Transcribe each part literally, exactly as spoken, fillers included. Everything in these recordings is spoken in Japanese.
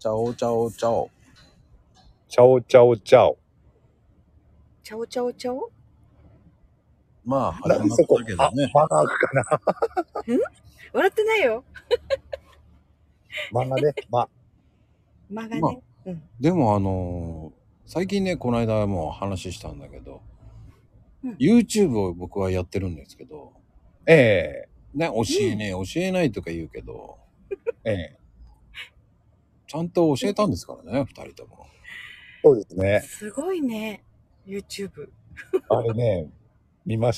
チャオチャオチャオ。 チャオチャオチャオ。 チャオチャオチャオ。 まあ、始まったけどね。 漫画かな。 ん笑ってないよ。 漫画ね。ま。 漫画ね。 まあうん。 でもあのー最近ね、この間もう話したんだけど、 うん YouTube を僕はやってるんですけど、 えね、教えねえ、教えないとか言うけど、 えええ。 ちゃんと教えたんですからね、二人とも。 そうですね。 すごいね。YouTube。 あれね、見ました。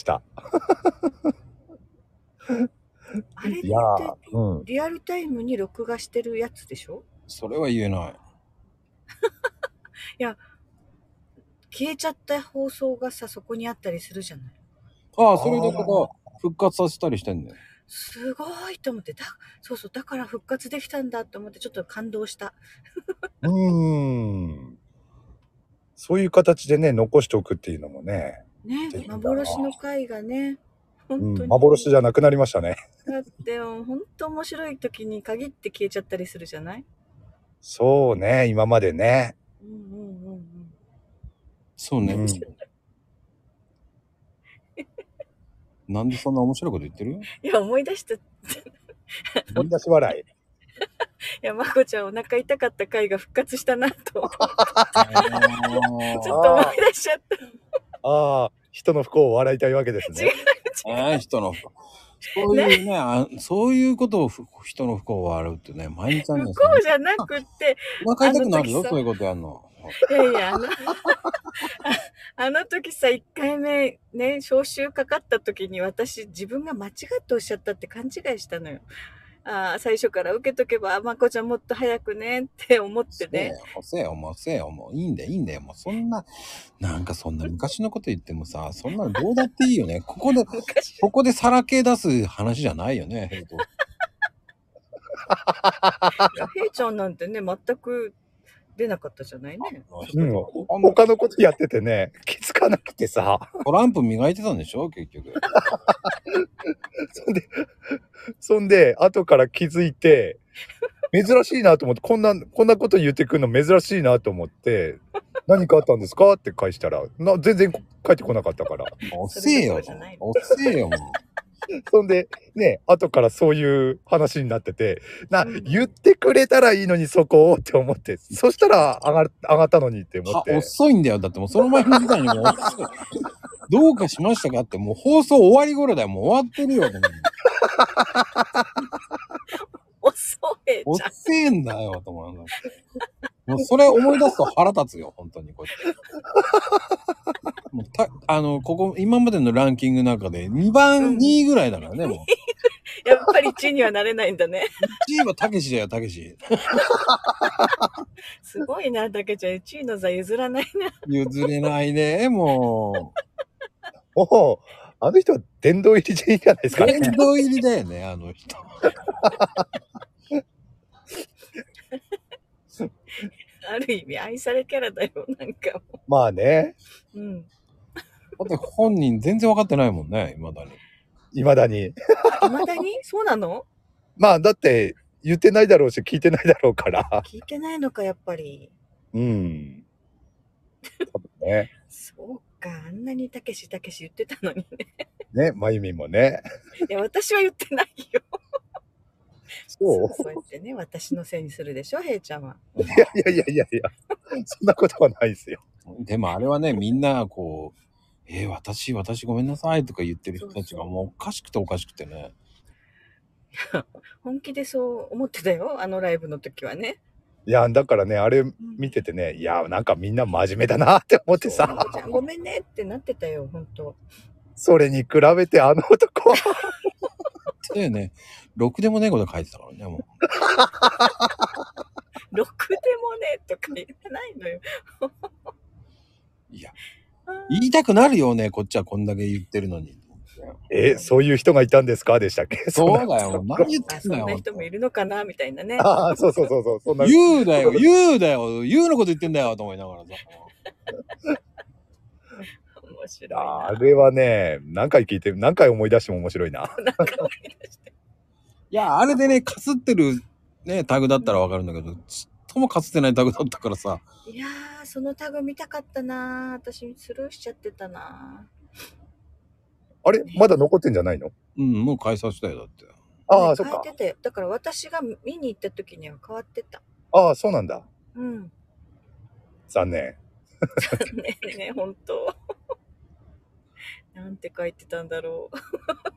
あれっいやー、 てうん。 リアルタイムに録画してるやつでしょ？ それは言えない。 消えちゃった放送がさ、そこにあったりするじゃない。 ああ、それだからあ復活させたりしてんだよ。 すごいと思って、だ、そうそう、だから復活できたんだと思ってちょっと感動した。 うーん。そういう形でね、残しておくっていうのもね。 ねでき、たな幻の回がね、本当に。 うん、幻じゃなくなりましたね。 だって本当面白い時に限って消えちゃったりするじゃない？ そうね、今までね。 うんうんうんうん。 そうね。 うん。 なんでそんな面白いこと言ってる？ いや、思い出した。い思い出し笑い。 や、まこちゃんお腹痛かった回が復活したなと。ちょっあと思い出しちゃった。 ああ、人の不幸を笑いたいわけですね。 あ、えー人の不幸。そういうね、あそういうことをふ人の不幸を笑うってね、毎日あるん不ですよ。 幸じゃなくって、 お腹痛くなるよ、 あの時さそういうことやんの。 いやいや、あの、ああの時さ、いっかいめね、招集かかった時に私、自分が間違っておっしゃったって勘違いしたのよ。ああ、最初から受けとけば、まこちゃんもっと早くねって思ってね。 せえよ、もうせえよ、もういいんだよ、いいんだよ。もうそんな、なんかそんな昔のこと言ってもさ、そんなのどうだっていいよね。ここで、 昔、 ここでさらけ出す話じゃないよね、ヘイト。 いやヘイちゃんなんてね、全く出なかったじゃないね。 うん。他のことやっててね、気づかなくてさ。 トランプ磨いてたんでしょ、結局。 そんで、そんで、後から気づいて、珍しいなと思って、こんな、こんなこと言ってくるの珍しいなと思って、何かあったんですかって返したら、な全然返ってこなかったから。 遅えよ、遅えよ、もう。 そんで、ね、後からそういう話になってて、な、言ってくれたらいいのにそこをって思って、そしたら上がる、上がったのにって思って。 遅いんだよ。だってもうその前の時代にもう遅い。どうかしましたかって、もう放送終わり頃だよ。もう終わってるよ。 遅えじゃん。 遅えんだよ、と思う。もうそれ思い出すと腹立つよ、本当に。こうやってもうたあの、ここ、今までのランキングの中でにばん、にいぐらいだからね、もう。 やっぱりいちいにはなれないんだね。 いちいはたけしだよ、たけし。 すごいな、たけちゃん。いちいの座譲らないな。 譲れないね、もう。もう、あの人は殿堂入りでいいんじゃないですかね。 殿堂入りだよね、あの人。 ある意味愛されキャラだよ、なんかもう。まあね。 うん。 だって本人全然分かってないもんね、未だに。 未だに。 あ、未だにそうなの？ まあ、だって言ってないだろうし、聞いてないだろうから。 聞いてないのか、やっぱり。 うん。多分ね。 そうか、あんなにたけし、たけし言ってたのにね。 ね、まゆみもね。 いや、私は言ってないよ。 そうそうやってね、私のせいにするでしょ、へいちゃんは。 いやいやいやいやいや、そんなことはないですよ。 でもあれはね、みんなこう、えー、私、私ごめんなさいとか言ってる人たちがもうおかしくておかしくてね。 本気でそう思ってたよ、あのライブの時はね。 いや、だからね、あれ見ててね、いや、なんかみんな真面目だなって思ってさ。 まこちゃんごめんねってなってたよ、ほんと。 それに比べてあの男は。 だよね。ろくでもねえこと書いてたからね、もう。 ろくでもねとか言わないのよ。 いや、言いたくなるよね、こっちはこんだけ言ってるのに。 え、そういう人がいたんですかでしたっけ？ そうだよ、何言ってんだよ。 そんな人もいるのかなみたいなね。 ああ、そうそうそうそう。そんな言うだよ、言うだよ、言うのこと言ってんだよ、と思いながらさ。 面白いな。 あれはね、何回聞いて、何回思い出しても面白いな。 なんか思い出して。 いや、あれでね、かすってるね、タグだったらわかるんだけど、 ともかつてないタグだったからさ。 いやー、そのタグ見たかったなー。私スルーしちゃってたなあれまだ残ってんじゃないの？ うん、もう解散したよ、だって。 ー。 ああ、 ねそっか。 変えてて、だから私が見に行った時には変わってた。 ああ、そうなんだ。 うん。 残念。 残念ね、本当。なんて書いてたんだろう。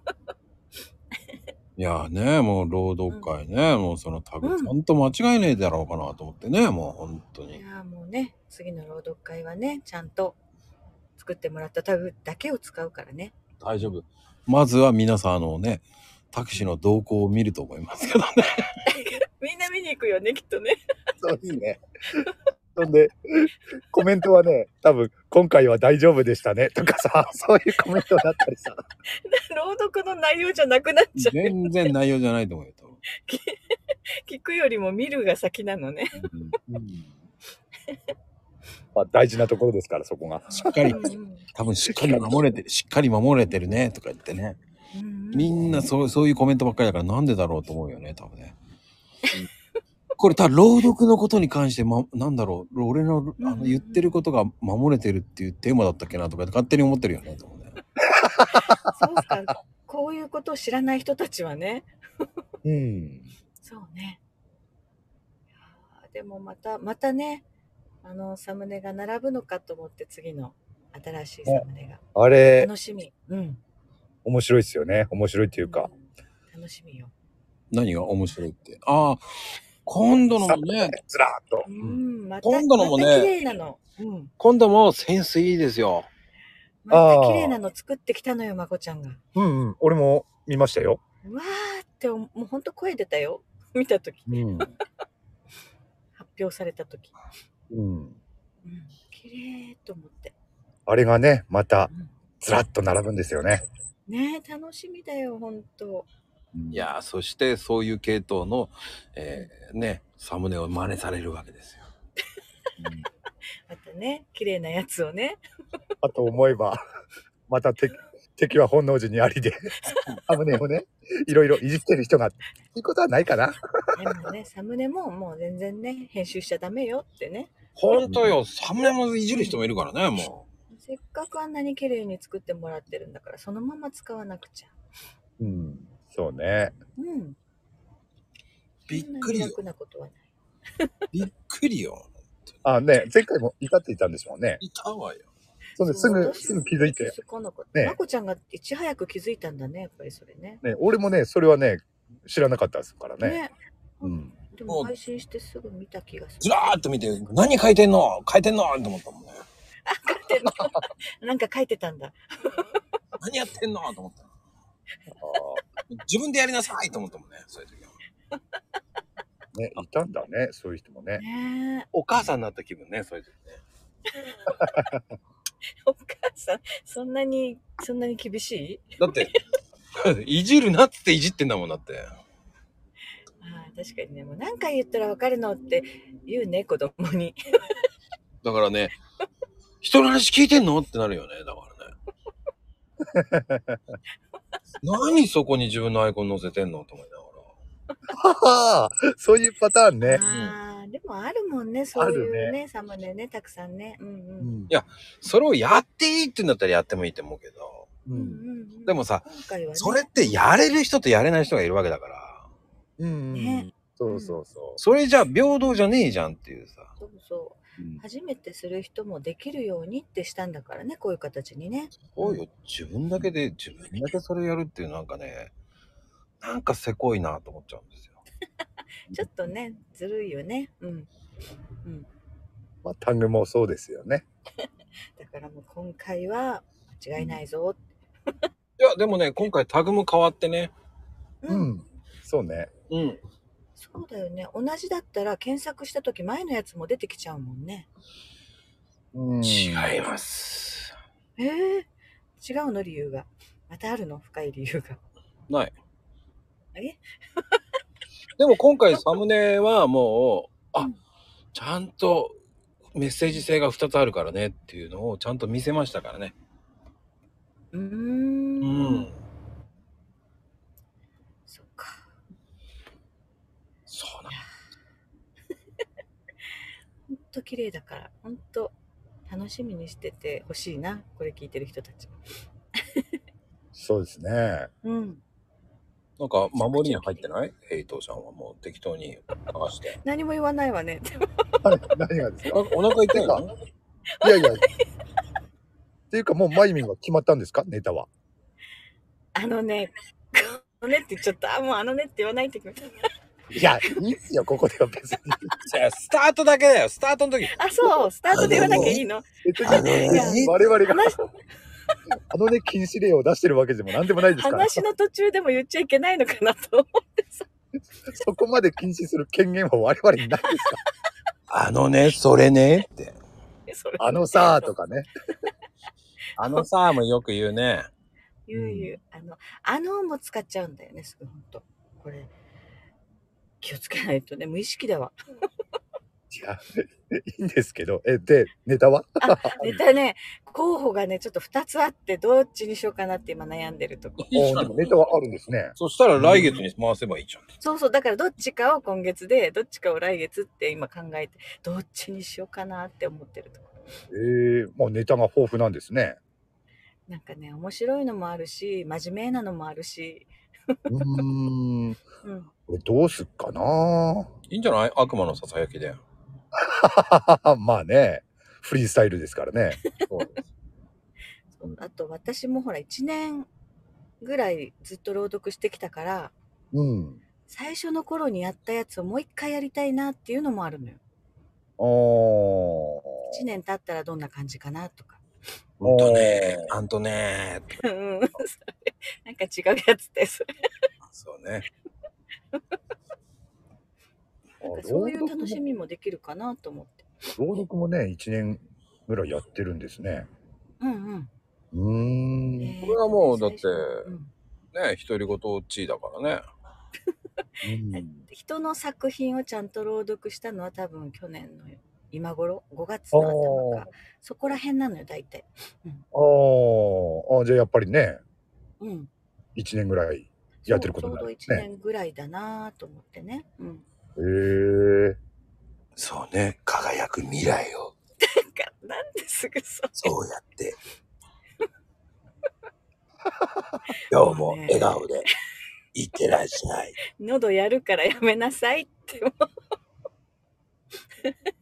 いやーね、もう朗読会ね、もうそのタグちゃんと間違いねえだろうかなと思ってね、もう本当に。 いやーもうね、次の朗読会はね、ちゃんと作ってもらったタグだけを使うからね。 大丈夫。まずは皆さんあのね、タクシーの動向を見ると思いますけどね。 みんな見に行くよね、きっとね。 そうですね。そんで、コメントはね、多分、今回は大丈夫でしたね、とかさ、そういうコメントだったりさ。 朗読の内容じゃなくなっちゃう。 全然内容じゃないと思うよ、多分。 聞くよりも見るが先なのね。 うんうんまあ、大事なところですから、そこが。 しっかりうんうん多分しっかり守れてる、しっかり守れてるね、とか言ってね。 うんうんみんなそう、そういうコメントばっかりだからなんでだろうと思うよね、多分ね。これ多分朗読のことに関して、ま、なんだろう、俺のあの言ってることが守れてるっていうテーマだったっけなとか勝手に思ってるよね、と思うね。 そうか。こういうことを知らない人たちはね。 うん。 そうね。いやーでもまた、またね、あの、サムネが並ぶのかと思って、次の新しいサムネが。 あれ、 楽しみ。うん。 面白いですよね。面白いっていうか。 うん楽しみよ。 何が面白いって。ああ、今度のもね、 ずらーっと。 うん、また、 今度のもねまた綺麗なの。うん。 今度もセンスいいですよ。 また綺麗なの作ってきたのよ、まこちゃんが。 うんうん。俺も見ましたよ。 うわーって、もうほんと声出たよ。見たとき。 うん。 発表されたとき。 うん。 うん。綺麗と思って。 あれがね、またうんずらっと並ぶんですよね。 ねえ、楽しみだよ、ほんと。 いやー、そしてそういう系統の、えーね、サムネを真似されるわけですよ。 またね、綺麗なやつをね。 あと思えば、また敵敵は本能寺にありで、サムネをね、いろいろいじってる人が、いいことはないかな。 でもね、サムネももう全然ね、編集しちゃダメよってね。 ほんとよ、サムネもいじる人もいるからね、もせっかくあんなに綺麗に作ってもらってるんだから、そのまま使わなくちゃ。 うん。そうね。 うん。 う。びっくりよ。 そんなに楽なことはない。 びっくりよ。 あ、ね、前回も怒っていたんですもんね。 いたわよ。 そんですそうぐ、 私すぐ気づいて。 気づかなかった。 ねまこちゃんがいち早く気づいたんだね、やっぱりそれね。 ね、俺もね、それはね、知らなかったですからね。 ね。 うん。 でも配信してすぐ見た気がする。 ずらーっと見て、何書いてんの書いてんのと思ったもんね。 書いてんのなんか書いてたんだ。 何やってんのと思った。 あ自分でやりなさいと思ったもんね、そういう時は。 ーね、いたんだね、そういう人もね。 ねえ。 お母さんになった気分ね、そういう時ね。 お母さん、そんなに、そんなに厳しいだって、いじるなっつっていじってんだもんだって。 ああ、確かにね、もう何回言ったらわかるのって言うね、子供に。 だからね、人の話聞いてんのってなるよね、だからね。何そこに自分のアイコン載せてんのと思いながら。 ははそういうパターンね。 ああ、でもあるもんね、そういうあるね、サムネね、たくさんね。うんうん。 うんいやそれをやっていいって言うんだったらやってもいいと思うけど、 ううんうんん。 うんでもさ、 今回はね、 それってやれる人とやれない人がいるわけだから、 うん。 ねそうそうそそれじゃあ平等じゃねえじゃんっていうさ。 そうそう。 う。 初めてする人もできるようにってしたんだからね、こういう形にね。 そうよ、自分だけで、自分だけそれやるっていうなんかね、なんかせこいなと思っちゃうんですよ。 ちょっとね、ずるいよね。うん。うん。 まあ、タグもそうですよね。 だからもう今回は間違いないぞ。 いや、でもね、今回タグも変わってね。 う。 うんん。そうね。 うん。 そうだよね。同じだったら検索した時前のやつも出てきちゃうもんね。 うん。 違います。 えー、違うの理由が。またあるの深い理由が。 ない。 えでも今回サムネはもう、あ、 うんちゃんとメッセージ性がふたつあるからねっていうのをちゃんと見せましたからね。 うーん。 うん。 そっか。 そうなと綺麗だから、ほんと楽しみにしててほしいな、これ聞いてる人たち。 そうですね。 うん。 なんか守りに入ってない？ヘイトさんはもう適当に探して。 何も言わないわね。 はい、何がですか？ あ、お腹痛いの？ いやいや。っていうかもうマイミンは決まったんですか？ネタは。 あのね、あのねって言っちゃった。あ、もうあのねって言わないって決めた。 いや、いいっすよ、ここでは別に。 スタートだけだよ、スタートの時。 あ、そう、スタートで言わなきゃいいの。 別に、 あのね我々が、あのね、禁止令を出してるわけでも何でもないですから。 話の途中でも言っちゃいけないのかなと思ってさ。 そこまで禁止する権限は我々にないですか？ あのね、それねって。 それあのさーとかね。 あのさーもよく言うね。 言う言う。あの、あのも使っちゃうんだよね、すぐほんと。これ、気をつけないとね、無意識だわ。 いや、いいんですけど。え、で、ネタは？ あ、ネタね、候補がね、ちょっとふたつあって、どっちにしようかなって今悩んでるとこ。 いいじゃんでもネタはあるんですね。 そしたら来月に回せばいいじゃん。 そうそう、だからどっちかを今月で、どっちかを来月って今考えて、どっちにしようかなって思ってるとこ。 ええー、もうネタが豊富なんですね。 なんかね、面白いのもあるし、真面目なのもあるし。 うーん。 うん。 これどうすっかないいんじゃない？悪魔のささやきで。 まあね、フリースタイルですからね。 そうです。 そうあと私もほらいちねんぐらいずっと朗読してきたから、 うん。 最初の頃にやったやつをもう一回やりたいなっていうのもあるのよ。 ああ。 いちねん経ったらどんな感じかなとか。 ほんとね、あんとねー。 うん。それなんか違うやつです。 そうね。 なんかそういう楽しみもできるかなと思って。 朗読もね、いちねんぐらいやってるんですね。 うんうん。 うーん。 えーとねこれはもうだって最初うんね、独り言ちいだからね。 うん、 人の作品をちゃんと朗読したのは多分去年の今頃ごがつの頭かそこら辺なのよ大体。 あーあ、じゃあやっぱりね、 うん。 いちねんぐらいやってることになるんですね。 ちょうどいちねんぐらいだなと思ってね。うん。 へえ。 そうね、輝く未来を。 なんかなんですぐそれ。 そうやって。今日も笑顔でいってらっしゃい。 喉やるからやめなさいって。